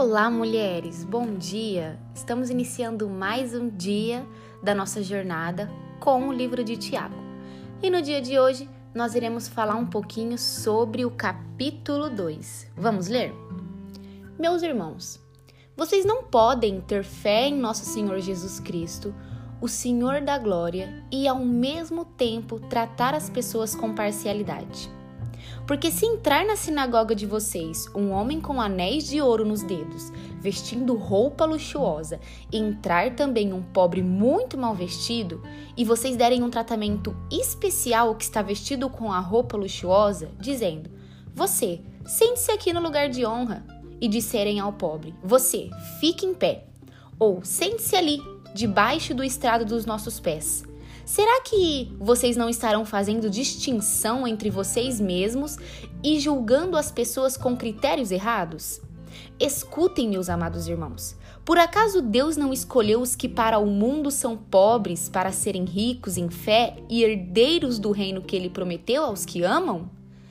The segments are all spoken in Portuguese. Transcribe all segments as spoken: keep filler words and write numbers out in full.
Olá, mulheres! Bom dia! Estamos iniciando mais um dia da nossa jornada com o livro de Tiago. E no dia de hoje, nós iremos falar um pouquinho sobre o capítulo dois. Vamos ler? Meus irmãos, vocês não podem ter fé em nosso Senhor Jesus Cristo, o Senhor da Glória, e ao mesmo tempo tratar as pessoas com parcialidade. Porque se entrar na sinagoga de vocês um homem com anéis de ouro nos dedos, vestindo roupa luxuosa, e entrar também um pobre muito mal vestido, e vocês derem um tratamento especial ao que está vestido com a roupa luxuosa, dizendo: você, sente-se aqui no lugar de honra, e disserem ao pobre: você, fique em pé, ou sente-se ali, debaixo do estrado dos nossos pés. Será que vocês não estarão fazendo distinção entre vocês mesmos e julgando as pessoas com critérios errados? Escutem, meus amados irmãos. Por acaso Deus não escolheu os que para o mundo são pobres para serem ricos em fé e herdeiros do reino que Ele prometeu aos que amam?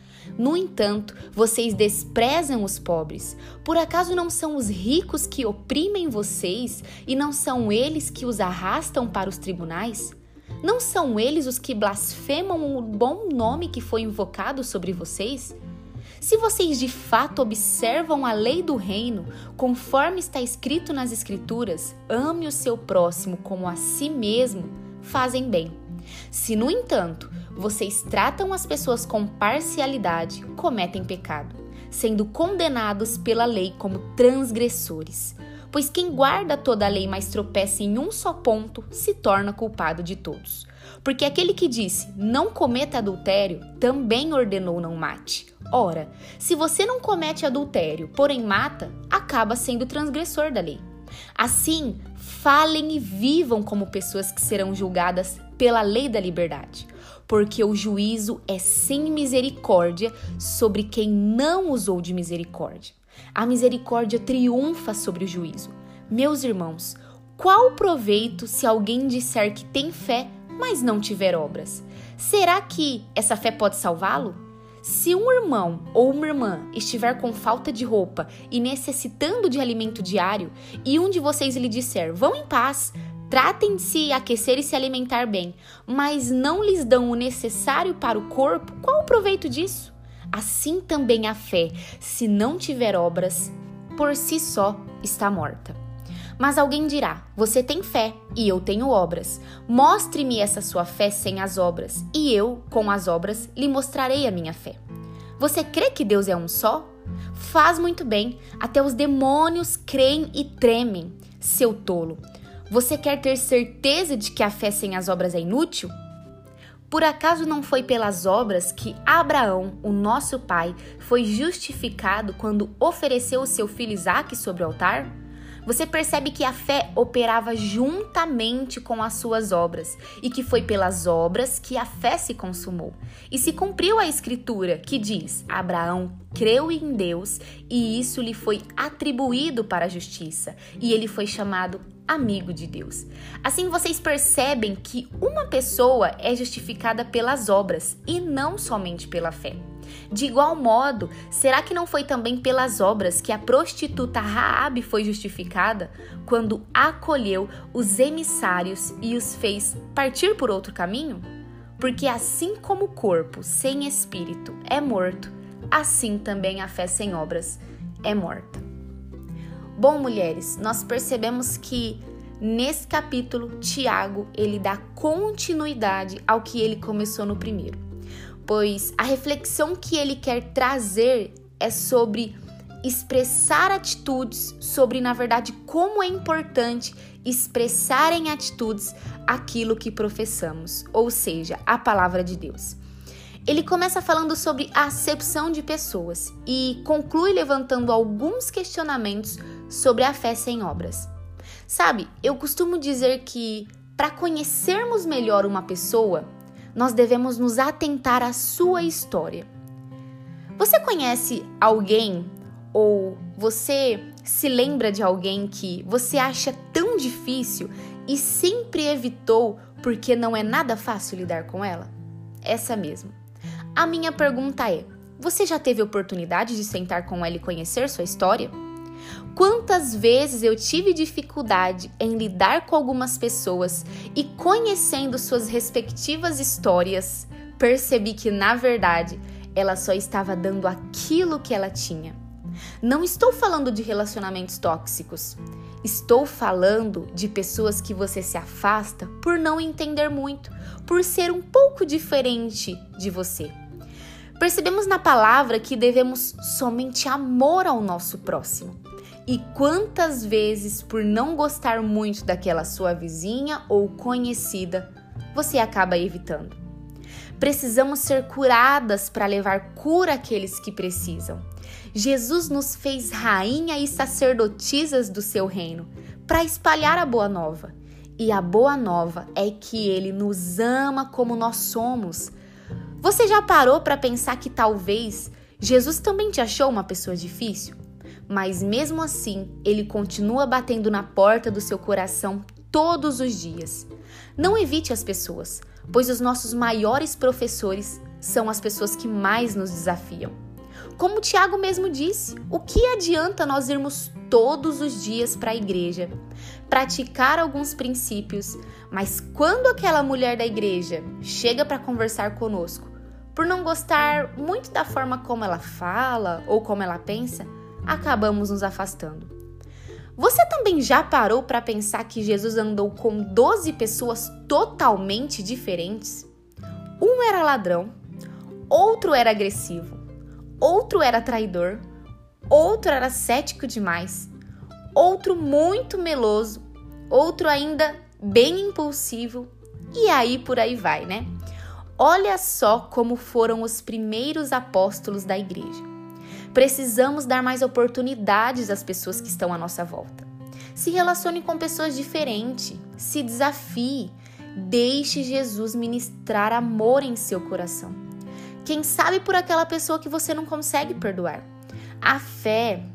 No entanto, vocês desprezam os pobres. Por acaso não são os ricos que oprimem vocês e não são eles que os arrastam para os tribunais? Não são eles os que blasfemam o bom nome que foi invocado sobre vocês? Se vocês de fato observam a lei do reino, conforme está escrito nas Escrituras, ame o seu próximo como a si mesmo, fazem bem. Se, no entanto, vocês tratam as pessoas com parcialidade, cometem pecado, sendo condenados pela lei como transgressores. Pois quem guarda toda a lei, mas tropeça em um só ponto, se torna culpado de todos. Porque aquele que disse, não cometa adultério, também ordenou não mate. Ora, se você não comete adultério, porém mata, acaba sendo transgressor da lei. Assim, falem e vivam como pessoas que serão julgadas pela lei da liberdade. Porque o juízo é sem misericórdia sobre quem não usou de misericórdia. A misericórdia triunfa sobre o juízo. Meus irmãos, qual o proveito se alguém disser que tem fé, mas não tiver obras? Será que essa fé pode salvá-lo? Se um irmão ou uma irmã estiver com falta de roupa e necessitando de alimento diário, e um de vocês lhe disser, vão em paz, tratem de se aquecer e se alimentar bem, mas não lhes dão o necessário para o corpo, qual o proveito disso? Assim também a fé, se não tiver obras, por si só está morta. Mas alguém dirá, você tem fé e eu tenho obras. Mostre-me essa sua fé sem as obras, e eu, com as obras, lhe mostrarei a minha fé. Você crê que Deus é um só? Faz muito bem, até os demônios creem e tremem, seu tolo. Você quer ter certeza de que a fé sem as obras é inútil? Por acaso não foi pelas obras que Abraão, o nosso pai, foi justificado quando ofereceu o seu filho Isaque sobre o altar? Você percebe que a fé operava juntamente com as suas obras e que foi pelas obras que a fé se consumou. E se cumpriu a escritura que diz, Abraão creu em Deus e isso lhe foi atribuído para a justiça e ele foi chamado amigo de Deus. Assim vocês percebem que uma pessoa é justificada pelas obras e não somente pela fé. De igual modo, será que não foi também pelas obras que a prostituta Raabe foi justificada quando acolheu os emissários e os fez partir por outro caminho? Porque assim como o corpo sem espírito é morto, assim também a fé sem obras é morta. Bom, mulheres, nós percebemos que nesse capítulo, Tiago, ele dá continuidade ao que ele começou no primeiro. Pois a reflexão que ele quer trazer é sobre expressar atitudes, sobre, na verdade, como é importante expressar em atitudes aquilo que professamos, ou seja, a palavra de Deus. Ele começa falando sobre a acepção de pessoas e conclui levantando alguns questionamentos sobre a fé sem obras. Sabe, eu costumo dizer que para conhecermos melhor uma pessoa, nós devemos nos atentar à sua história. Você conhece alguém ou você se lembra de alguém que você acha tão difícil e sempre evitou porque não é nada fácil lidar com ela? Essa mesmo. A minha pergunta é, você já teve oportunidade de sentar com ela e conhecer sua história? Quantas vezes eu tive dificuldade em lidar com algumas pessoas e, conhecendo suas respectivas histórias, percebi que, na verdade, ela só estava dando aquilo que ela tinha. Não estou falando de relacionamentos tóxicos. Estou falando de pessoas que você se afasta por não entender muito, por ser um pouco diferente de você. Percebemos na palavra que devemos somente amor ao nosso próximo. E quantas vezes, por não gostar muito daquela sua vizinha ou conhecida, você acaba evitando? Precisamos ser curadas para levar cura àqueles que precisam. Jesus nos fez rainha e sacerdotisas do seu reino para espalhar a boa nova. E a boa nova é que Ele nos ama como nós somos. Você já parou para pensar que talvez Jesus também te achou uma pessoa difícil? Mas mesmo assim, Ele continua batendo na porta do seu coração todos os dias. Não evite as pessoas, pois os nossos maiores professores são as pessoas que mais nos desafiam. Como Tiago mesmo disse, o que adianta nós irmos todos os dias para a igreja, praticar alguns princípios, mas quando aquela mulher da igreja chega para conversar conosco, por não gostar muito da forma como ela fala ou como ela pensa, acabamos nos afastando. Você também já parou para pensar que Jesus andou com doze pessoas totalmente diferentes? Um era ladrão, outro era agressivo, outro era traidor, outro era cético demais, outro muito meloso, outro ainda bem impulsivo, e aí por aí vai, né? Olha só como foram os primeiros apóstolos da igreja. Precisamos dar mais oportunidades às pessoas que estão à nossa volta. Se relacione com pessoas diferentes, se desafie, deixe Jesus ministrar amor em seu coração. Quem sabe por aquela pessoa que você não consegue perdoar. A fé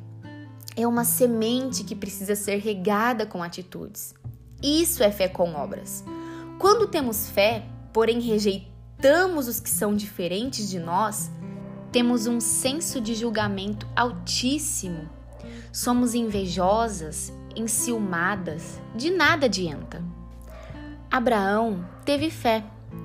é uma semente que precisa ser regada com atitudes. Isso é fé com obras. Quando temos fé, porém rejeitamos os que são diferentes de nós, temos um senso de julgamento altíssimo. Somos invejosas, enciumadas, de nada adianta. Abraão teve fé.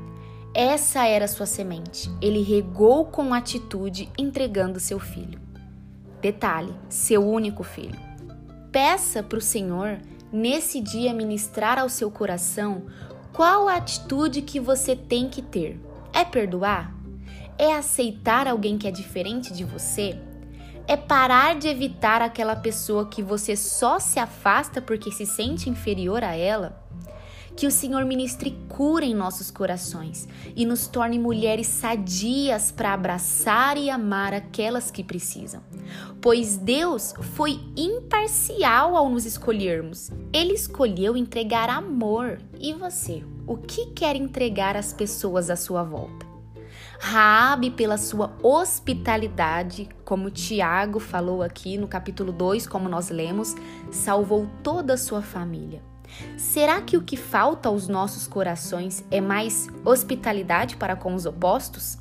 Essa era sua semente. Ele regou com atitude, entregando seu filho. Detalhe, seu único filho. Peça para o Senhor, nesse dia, ministrar ao seu coração qual a atitude que você tem que ter. É perdoar? É aceitar alguém que é diferente de você? É parar de evitar aquela pessoa que você só se afasta porque se sente inferior a ela? Que o Senhor ministre cura em nossos corações e nos torne mulheres sadias para abraçar e amar aquelas que precisam. Pois Deus foi imparcial ao nos escolhermos. Ele escolheu entregar amor. E você, o que quer entregar às pessoas à sua volta? Raabe, pela sua hospitalidade, como Tiago falou aqui no capítulo dois, como nós lemos, salvou toda a sua família. Será que o que falta aos nossos corações é mais hospitalidade para com os opostos?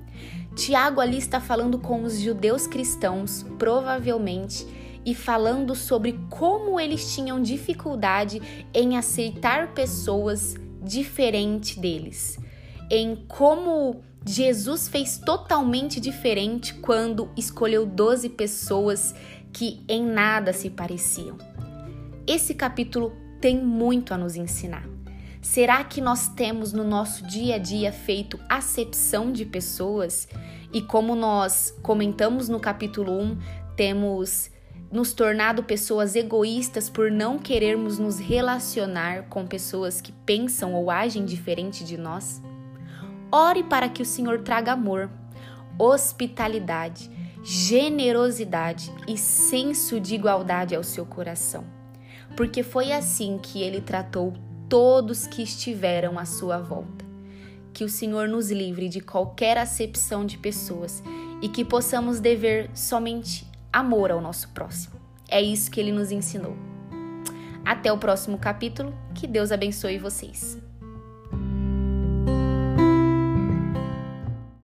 Tiago ali está falando com os judeus cristãos, provavelmente, e falando sobre como eles tinham dificuldade em aceitar pessoas diferentes deles, em como Jesus fez totalmente diferente quando escolheu doze pessoas que em nada se pareciam. Esse capítulo tem muito a nos ensinar. Será que nós temos no nosso dia a dia feito acepção de pessoas? E como nós comentamos no capítulo um, temos nos tornado pessoas egoístas por não querermos nos relacionar com pessoas que pensam ou agem diferente de nós? Ore para que o Senhor traga amor, hospitalidade, generosidade e senso de igualdade ao seu coração. Porque foi assim que Ele tratou todos que estiveram à sua volta. Que o Senhor nos livre de qualquer acepção de pessoas e que possamos dever somente amor ao nosso próximo. É isso que Ele nos ensinou. Até o próximo capítulo. Que Deus abençoe vocês.